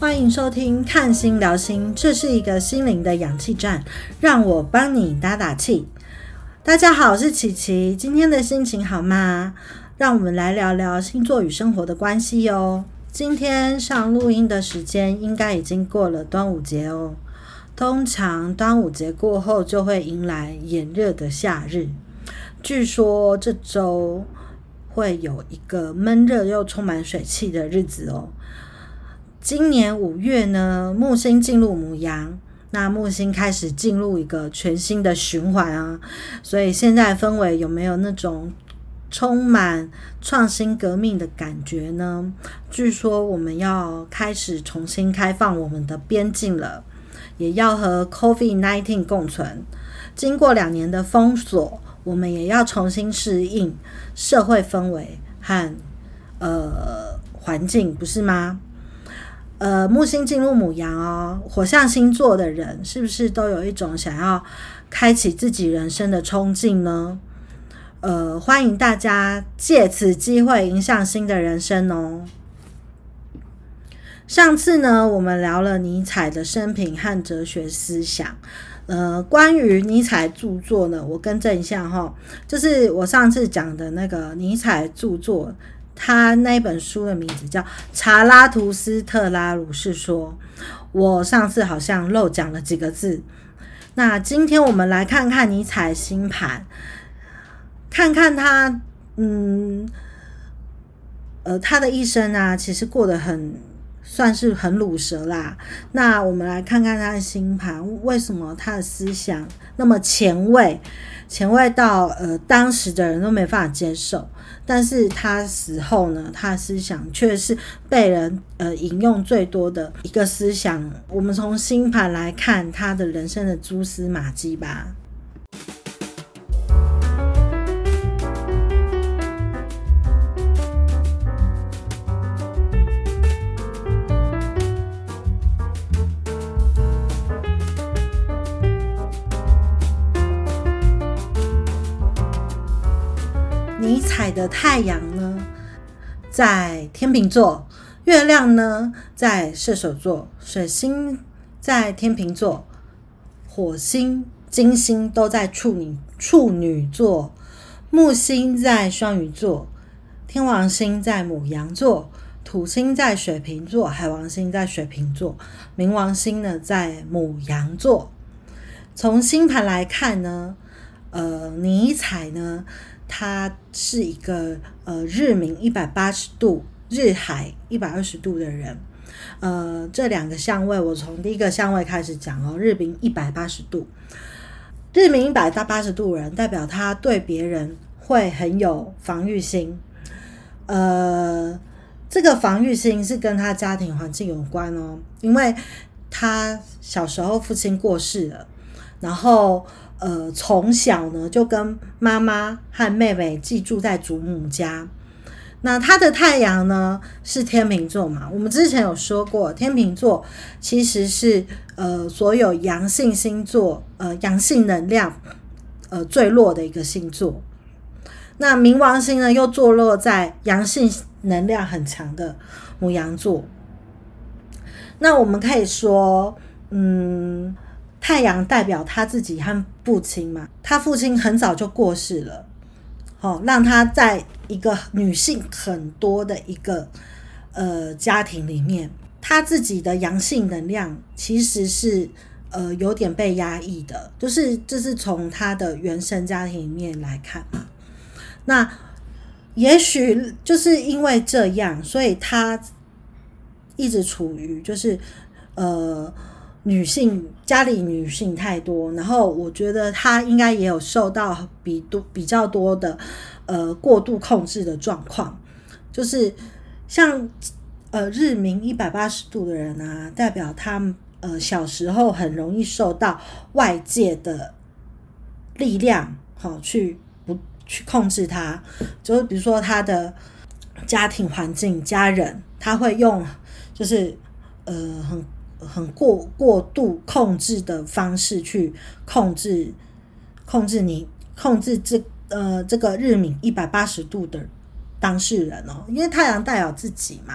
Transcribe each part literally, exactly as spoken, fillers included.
欢迎收听看心聊心，这是一个心灵的氧气站，让我帮你打打气。大家好，我是琪琪，今天的心情好吗？让我们来聊聊星座与生活的关系哦。今天上录音的时间应该已经过了端午节哦。通常端午节过后就会迎来炎热的夏日，据说这周会有一个闷热又充满水汽的日子哦。今年五月呢，木星进入牡羊，那木星开始进入一个全新的循环啊，所以现在氛围有没有那种充满创新革命的感觉呢？据说我们要开始重新开放我们的边境了，也要和 COVID 十九 共存。经过两年的封锁，我们也要重新适应社会氛围和呃环境，不是吗？呃，木星进入牡羊哦，火象星座的人是不是都有一种想要开启自己人生的冲劲呢？呃，欢迎大家借此机会影响新的人生哦。上次呢，我们聊了尼采的生平和哲学思想。呃，关于尼采著作呢，我更正一下哈，就是我上次讲的那个尼采著作。他那本书的名字叫《查拉图斯特拉如是说》，我上次好像漏讲了几个字。那今天我们来看看尼采星盘，看看他，嗯，呃，他的一生啊，其实过得很算是很鲁蛇啦。那我们来看看他的星盘，为什么他的思想那么前卫，前卫到呃当时的人都没办法接受。但是他死后呢，他的思想却是被人呃引用最多的一个思想。我们从星盘来看他的人生的蛛丝马迹吧。尼采的太阳呢在天秤座，月亮呢在射手座，水星在天秤座，火星、金星都在处女处女座，木星在双鱼座，天王星在牡羊座，土星在水瓶座，海王星在水瓶座，冥王星呢在牡羊座。从星盘来看呢，呃，尼采呢他是一个呃日冥一百八十度，日海一百二十度的人。呃，这两个相位，我从第一个相位开始讲哦。日冥一百八十度，日冥一百八十度的人，代表他对别人会很有防御心。呃，这个防御心是跟他家庭环境有关哦，因为他小时候父亲过世了，然后。呃，从小呢就跟妈妈和妹妹寄住在祖母家。那他的太阳呢是天秤座嘛？我们之前有说过，天秤座其实是呃所有阳性星座呃阳性能量呃最弱的一个星座。那冥王星呢又坐落在阳性能量很强的牡羊座。那我们可以说，嗯。太阳代表他自己和父亲嘛，他父亲很早就过世了，哦，让他在一个女性很多的一个呃家庭里面，他自己的阳性能量其实是呃有点被压抑的，就是这是从他的原生家庭里面来看嘛。那也许就是因为这样，所以他一直处于就是呃。女性家里女性太多，然后我觉得她应该也有受到比多比较多的呃过度控制的状况，就是像呃日冥一百八十度的人啊，代表他呃小时候很容易受到外界的力量好去不去控制他，就是比如说他的家庭环境、家人，他会用就是呃很。很过过度控制的方式去控制控制你控制这呃这个日冥一百八十度的当事人哦，因为太阳代表自己嘛，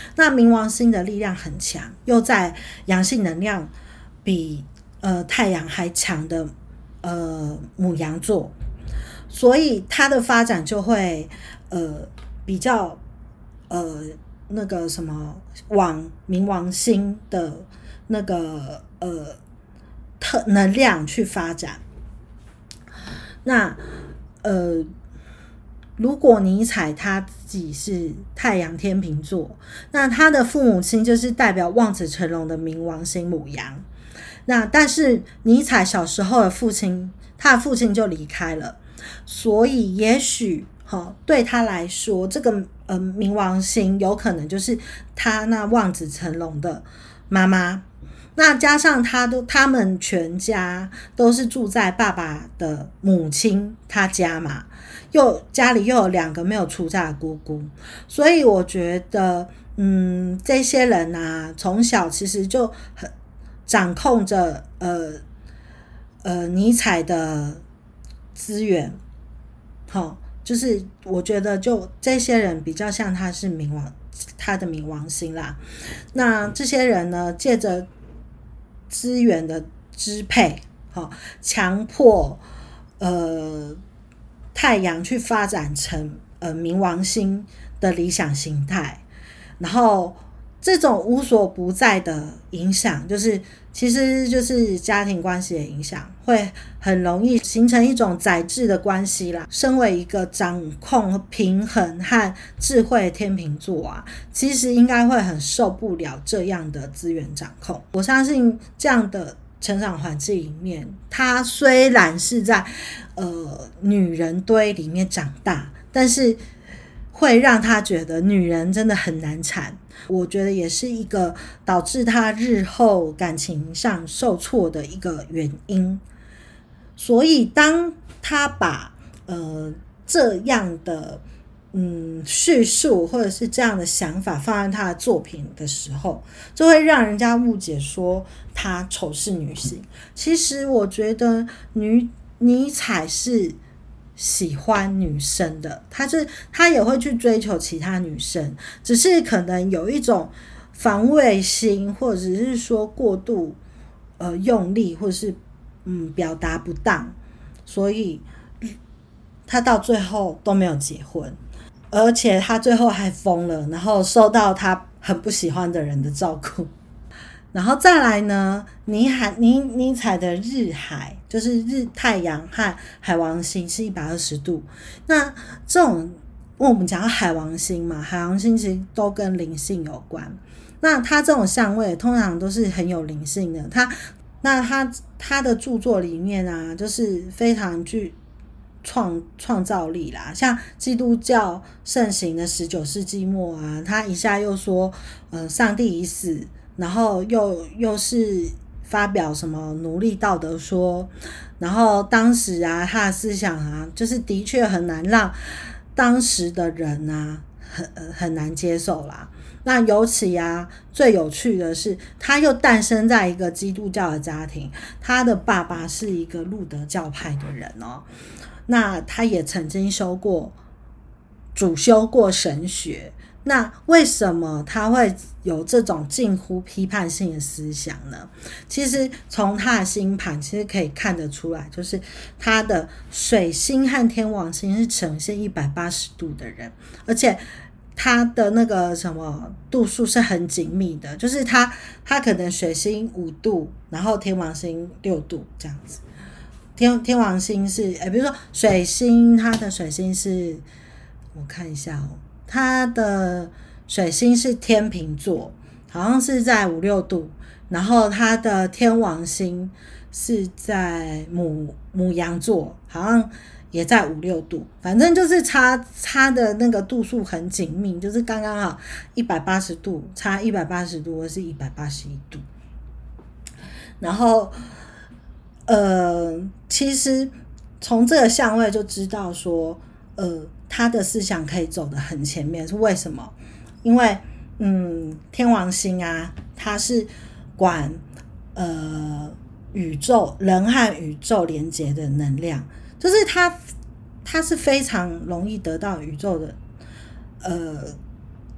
那冥王星的力量很强，又在阳性能量比呃太阳还强的呃牡羊座，所以它的发展就会呃比较呃那个什么往冥王星的那个呃特能量去发展。那呃，如果尼采他自己是太阳天秤座，那他的父母亲就是代表望子成龙的冥王星牡羊。那但是尼采小时候的父亲，他的父亲就离开了，所以也许、哦、对他来说，这个呃冥王星有可能就是他那望子成龙的妈妈。那加上他都他们全家都是住在爸爸的母亲他家嘛，又家里又有两个没有出嫁的姑姑，所以我觉得嗯这些人啊从小其实就很掌控着呃呃尼采的资源。好、哦，就是我觉得就这些人比较像他是冥王他的冥王星啦。那这些人呢借着资源的支配，好、哦，强迫呃太阳去发展成呃冥王星的理想形态，然后这种无所不在的影响，就是其实就是家庭关系的影响，会很容易形成一种宰制的关系啦。身为一个掌控平衡和智慧的天秤座啊，其实应该会很受不了这样的资源掌控。我相信这样的成长环境里面，他虽然是在呃女人堆里面长大，但是会让他觉得女人真的很难缠。我觉得也是一个导致他日后感情上受挫的一个原因。所以当他把呃这样的嗯叙述或者是这样的想法放在他的作品的时候，就会让人家误解说他仇视女性。其实我觉得女尼采是喜欢女生的，他是他也会去追求其他女生，只是可能有一种防卫心，或者是说过度呃用力，或者是嗯表达不当，所以他到最后都没有结婚，而且他最后还疯了，然后受到他很不喜欢的人的照顾。然后再来呢，尼海尼尼采的日海就是日太阳和海王星是一百二十度。那这种因为我们讲到海王星嘛，海王星其实都跟灵性有关。那它这种相位通常都是很有灵性的。它那它它的著作里面啊，就是非常具创创造力啦。像基督教盛行的十九世纪末啊，他一下又说，呃，上帝已死。然后又又是发表什么奴隶道德说，然后当时啊他的思想啊，就是的确很难让当时的人啊很很难接受啦。那尤其啊最有趣的是，他又诞生在一个基督教的家庭，他的爸爸是一个路德教派的人哦。那他也曾经修过主修过神学。那为什么他会有这种近乎批判性的思想呢？其实从他的星盘其实可以看得出来，就是他的水星和天王星是呈现一百八十度的人，而且他的那个什么度数是很紧密的，就是他他可能水星五度，然后天王星六度这样子。天天王星是诶比如说水星，他的水星是我看一下哦，他的水星是天秤座，好像是在五六度，然后他的天王星是在母母羊座，好像也在五六度，反正就是差差的那个度数很紧密，就是刚刚好一百八十度，差一百八十度或是一百八十一度。然后呃，其实从这个相位就知道说，呃。他的思想可以走得很前面，是为什么？因为嗯，天王星啊，它是管呃宇宙人和宇宙连接的能量，就是它它是非常容易得到宇宙的呃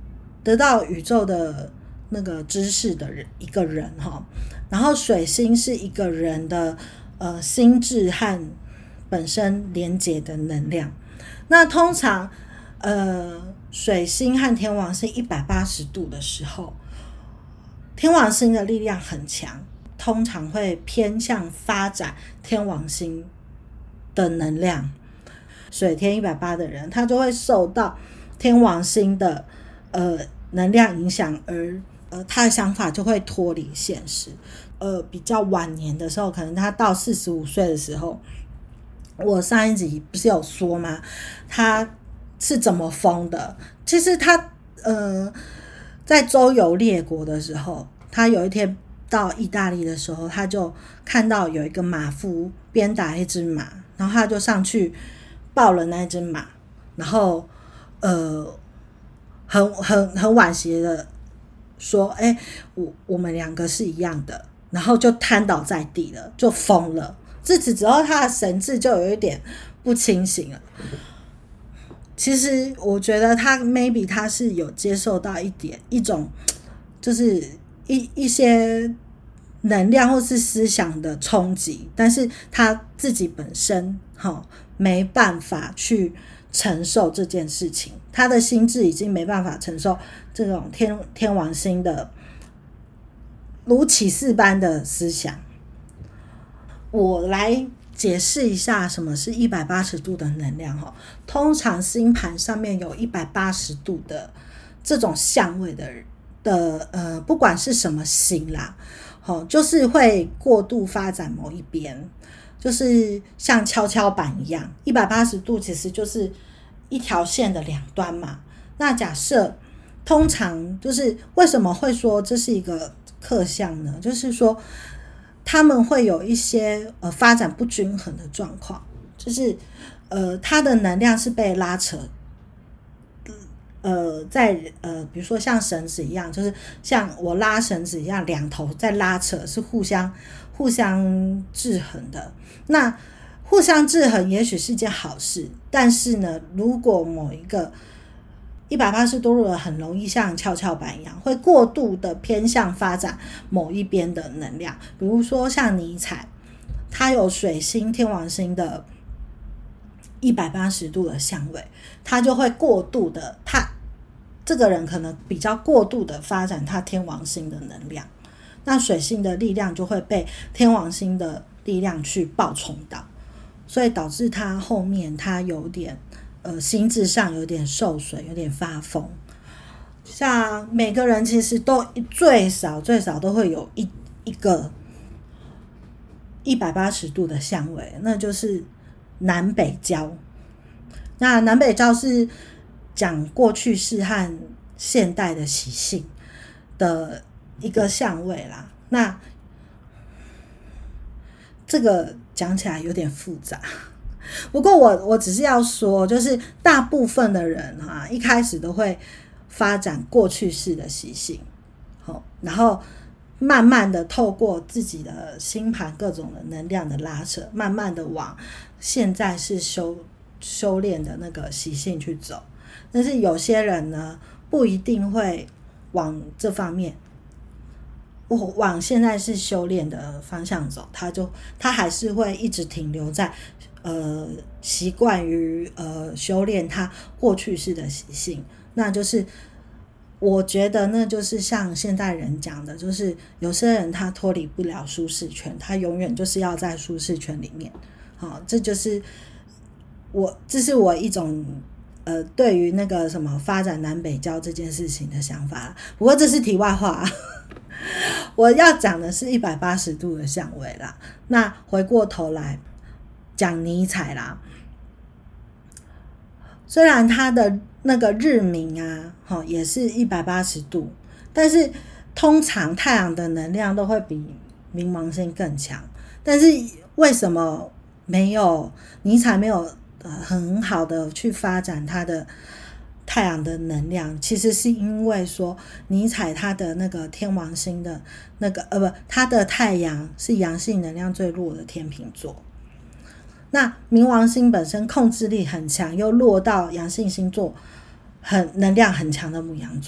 得到宇宙的那个知识的人一个人哈。然后水星是一个人的呃心智和本身连结的能量。那通常呃水星和天王星一百八十度的时候，天王星的力量很强，通常会偏向发展天王星的能量。水天一百八的人，他就会受到天王星的呃能量影响，而呃他的想法就会脱离现实。呃，比较晚年的时候，可能他到四十五岁的时候，我上一集不是有说吗？他是怎么疯的？其实他呃在周游列国的时候，他有一天到意大利的时候，他就看到有一个马夫鞭打一只马，然后他就上去抱了那只马，然后呃很很很惋惜的说：“哎、欸，我我们两个是一样的。”然后就瘫倒在地了，就疯了。自此之后，他的神智就有一点不清醒了。其实我觉得他 maybe 他是有接受到一点一种，就是一一些能量或是思想的冲击，但是他自己本身齁没办法去承受这件事情，他的心智已经没办法承受这种天天王星的如启示般的思想。我来解释一下什么是一百八十度的能量。通常星盘上面有一百八十度的这种相位的的呃，不管是什么星啦，就是会过度发展某一边，就是像跷跷板一样，一百八十度其实就是一条线的两端嘛。那假设通常就是为什么会说这是一个克相呢？就是说他们会有一些呃发展不均衡的状况，就是呃它的能量是被拉扯，呃在呃比如说像绳子一样，就是像我拉绳子一样，两头在拉扯，是互相互相制衡的。那互相制衡也许是件好事，但是呢，如果某一个一百八十度的很容易像跷跷板一样，会过度的偏向发展某一边的能量。比如说像尼采，他有水星天王星的一百八十度的相位，他就会过度的，他这个人可能比较过度的发展他天王星的能量，那水星的力量就会被天王星的力量去爆冲到，所以导致他后面他有点呃，心智上有点受损，有点发疯。像每个人其实都最少最少都会有一一个一百八十度的相位，那就是南北交。那南北交是讲过去式和现代的习性的一个相位啦。那这个讲起来有点复杂。不过我我只是要说，就是大部分的人哈、啊，一开始都会发展过去式的习性，好，然后慢慢的透过自己的星盘各种的能量的拉扯，慢慢的往现在是修修炼的那个习性去走。但是有些人呢，不一定会往这方面，往现在是修炼的方向走，他就他还是会一直停留在呃习惯于呃修炼他过去式的习性。那就是我觉得那就是像现代人讲的，就是有些人他脱离不了舒适圈，他永远就是要在舒适圈里面。好，这就是我这是我一种呃对于那个什么发展南北交这件事情的想法。不过这是题外话。我要讲的是一百八十度的相位啦。那回过头来讲尼采啦，虽然他的那个日冥啊也是一百八十度，但是通常太阳的能量都会比冥王星更强。但是为什么没有尼采没有、呃、很好的去发展他的太阳的能量？其实是因为说尼采他的那个天王星的那个呃不，他的太阳是阳性能量最弱的天秤座，那冥王星本身控制力很强，又落到阳性星座很能量很强的牡羊座，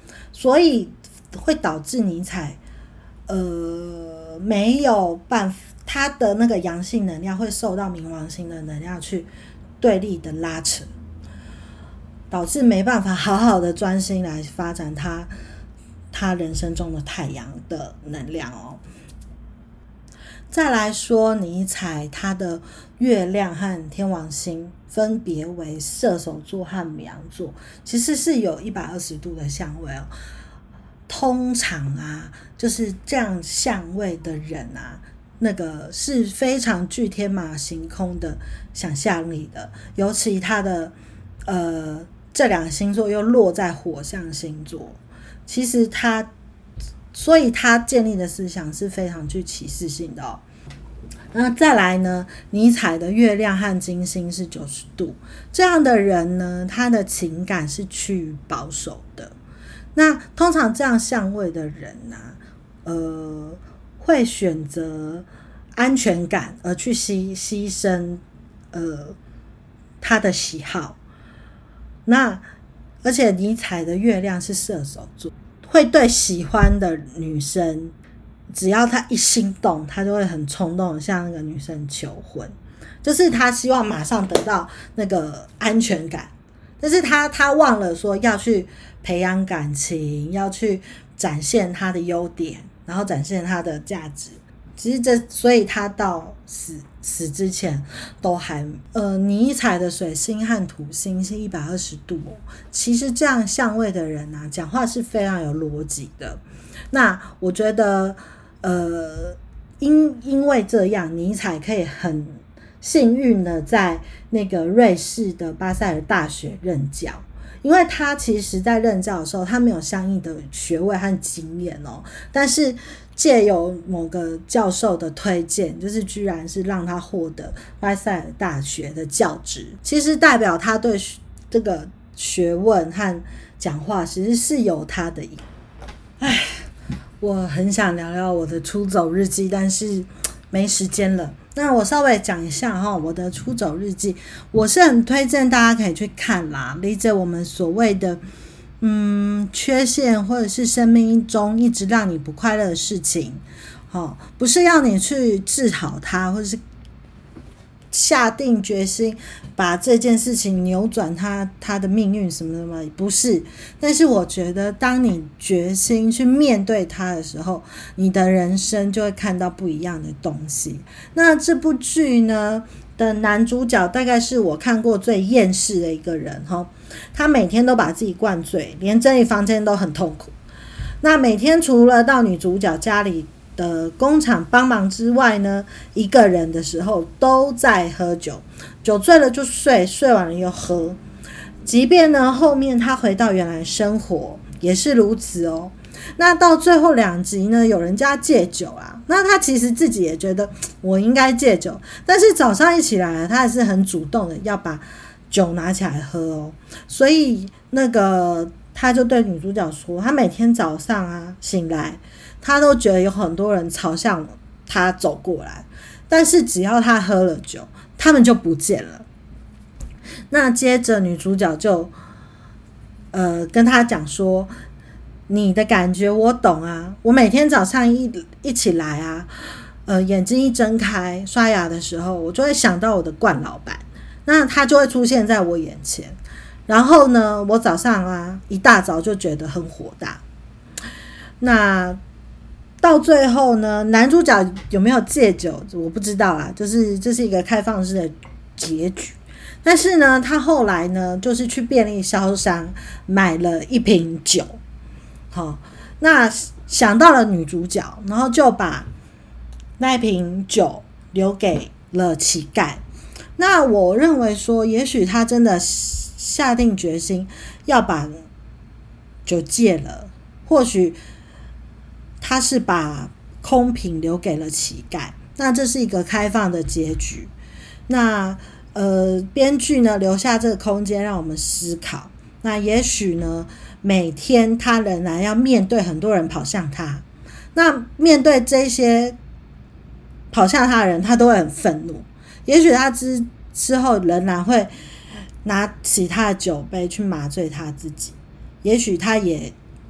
所以会导致尼采呃没有办法，他的那个阳性能量会受到冥王星的能量去对立的拉扯，导致没办法好好的专心来发展他他人生中的太阳的能量哦。再来说尼采他的月亮和天王星分别为射手座和牡羊座，其实是有一百二十度的相位哦。通常啊，就是这样相位的人啊，那个是非常具天马行空的想象力的，尤其他的呃这两个星座又落在火象星座，其实他所以他建立的思想是非常具启示性的哦。那再来呢，尼采的月亮和金星是九十度，这样的人呢，他的情感是趋于保守的。那通常这样相位的人啊，呃，会选择安全感而去牺牺牲呃他的喜好。那而且尼采的月亮是射手座，会对喜欢的女生，只要他一心动，他就会很冲动的向那个女生求婚，就是他希望马上得到那个安全感，但是他他忘了说要去培养感情，要去展现他的优点，然后展现他的价值。其实这，所以他到死死之前都还呃，尼采的水星和土星是一百二十度哦。其实这样相位的人啊，讲话是非常有逻辑的。那我觉得呃，因因为这样，尼采可以很幸运的在那个瑞士的巴塞尔大学任教。因为他其实在任教的时候，他没有相应的学位和经验哦，但是借由某个教授的推荐，就是居然是让他获得巴塞尔大学的教职，其实代表他对这个学问和讲话其实是有他的。唉，我很想聊聊我的出走日记，但是没时间了。那我稍微讲一下哈，我的出走日记，我是很推荐大家可以去看啦，理解我们所谓的嗯缺陷或者是生命中一直让你不快乐的事情，哦，不是要你去治好它，或者是下定决心把这件事情扭转它它的命运什么什么，不是。但是我觉得当你决心去面对它的时候，你的人生就会看到不一样的东西。那这部剧呢的男主角大概是我看过最厌世的一个人，他每天都把自己灌醉，连整理房间都很痛苦。那每天除了到女主角家里的工厂帮忙之外呢，一个人的时候都在喝酒，酒醉了就睡，睡完了又喝。即便呢后面他回到原来生活也是如此哦。那到最后两集呢，有人家戒酒啊，那他其实自己也觉得我应该戒酒，但是早上一起来他还是很主动的要把酒拿起来喝哦。所以那个他就对女主角说，他每天早上啊醒来，他都觉得有很多人朝向他走过来，但是只要他喝了酒，他们就不见了。那接着女主角就呃跟他讲说，你的感觉我懂啊，我每天早上一一起来啊，呃眼睛一睁开刷牙的时候，我就会想到我的冠老板，那他就会出现在我眼前，然后呢我早上啊一大早就觉得很火大。那到最后呢，男主角有没有戒酒我不知道啦，就是这是一个开放式的结局。但是呢他后来呢就是去便利商商买了一瓶酒，好，那想到了女主角，然后就把那一瓶酒留给了乞丐。那我认为说，也许他真的下定决心要把酒戒了，或许他是把空瓶留给了乞丐，那这是一个开放的结局。那呃，编剧呢留下这个空间让我们思考。那也许呢，每天他仍然要面对很多人跑向他，那面对这些跑向他的人，他都会很愤怒。也许他之之后仍然会拿起他的酒杯去麻醉他自己，也许他也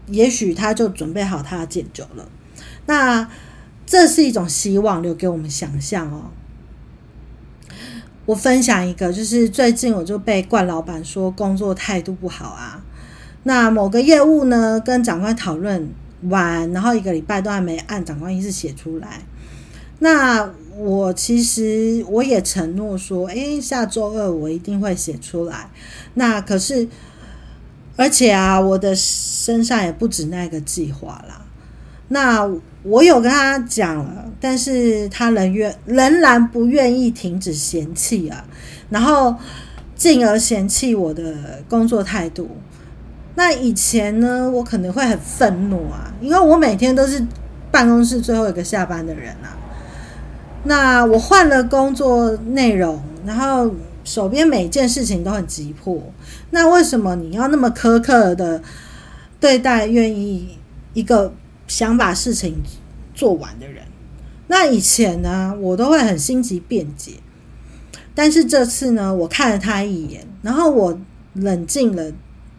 也许他就准备好他的戒酒了。那这是一种希望，留给我们想象哦。我分享一个，就是最近我就被冠老板说工作态度不好啊。那某个业务呢，跟长官讨论完，然后一个礼拜都还没按长官意思写出来。那我其实我也承诺说，诶，下周二我一定会写出来。那可是，而且啊，我的身上也不止那个计划啦。那我有跟他讲了，但是他仍愿仍然不愿意停止嫌弃啊，然后进而嫌弃我的工作态度。那以前呢，我可能会很愤怒啊，因为我每天都是办公室最后一个下班的人啊。那我换了工作内容，然后手边每一件事情都很急迫，那为什么你要那么苛刻的对待愿意一个想把事情做完的人？那以前呢，我都会很心急辩解，但是这次呢，我看了他一眼，然后我冷静了，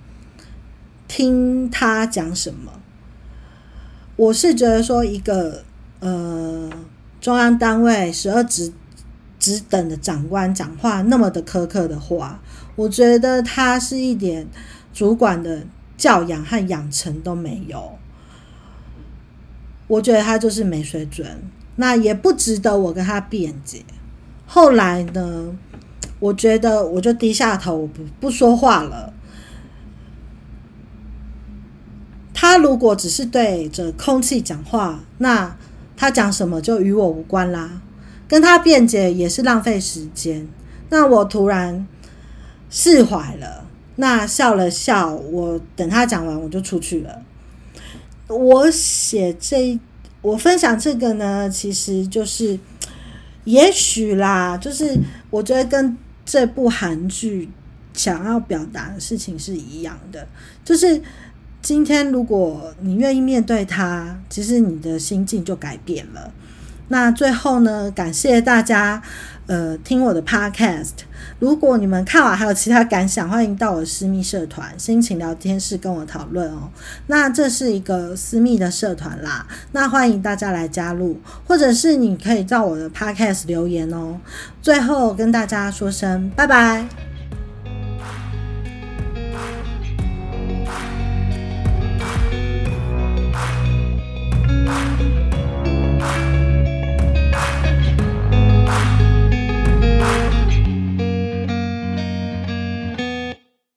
听他讲什么。我是觉得说，一个呃中央单位十二职职等的长官讲话那么的苛刻的话，我觉得他是一点主管的教养和养成都没有。我觉得他就是没水准，那也不值得我跟他辩解。后来呢，我觉得我就低下头，我不不说话了。他如果只是对着空气讲话，那他讲什么就与我无关啦，跟他辩解也是浪费时间。那我突然释怀了，那笑了笑，我等他讲完我就出去了。我写这我分享这个呢，其实就是也许啦，就是我觉得跟这部韩剧想要表达的事情是一样的，就是今天如果你愿意面对它，其实你的心境就改变了。那最后呢，感谢大家呃听我的 podcast。如果你们看完还有其他感想，欢迎到我的私密社团心情聊天室跟我讨论哦。那这是一个私密的社团啦，那欢迎大家来加入，或者是你可以到我的 podcast 留言哦。最后跟大家说声拜拜。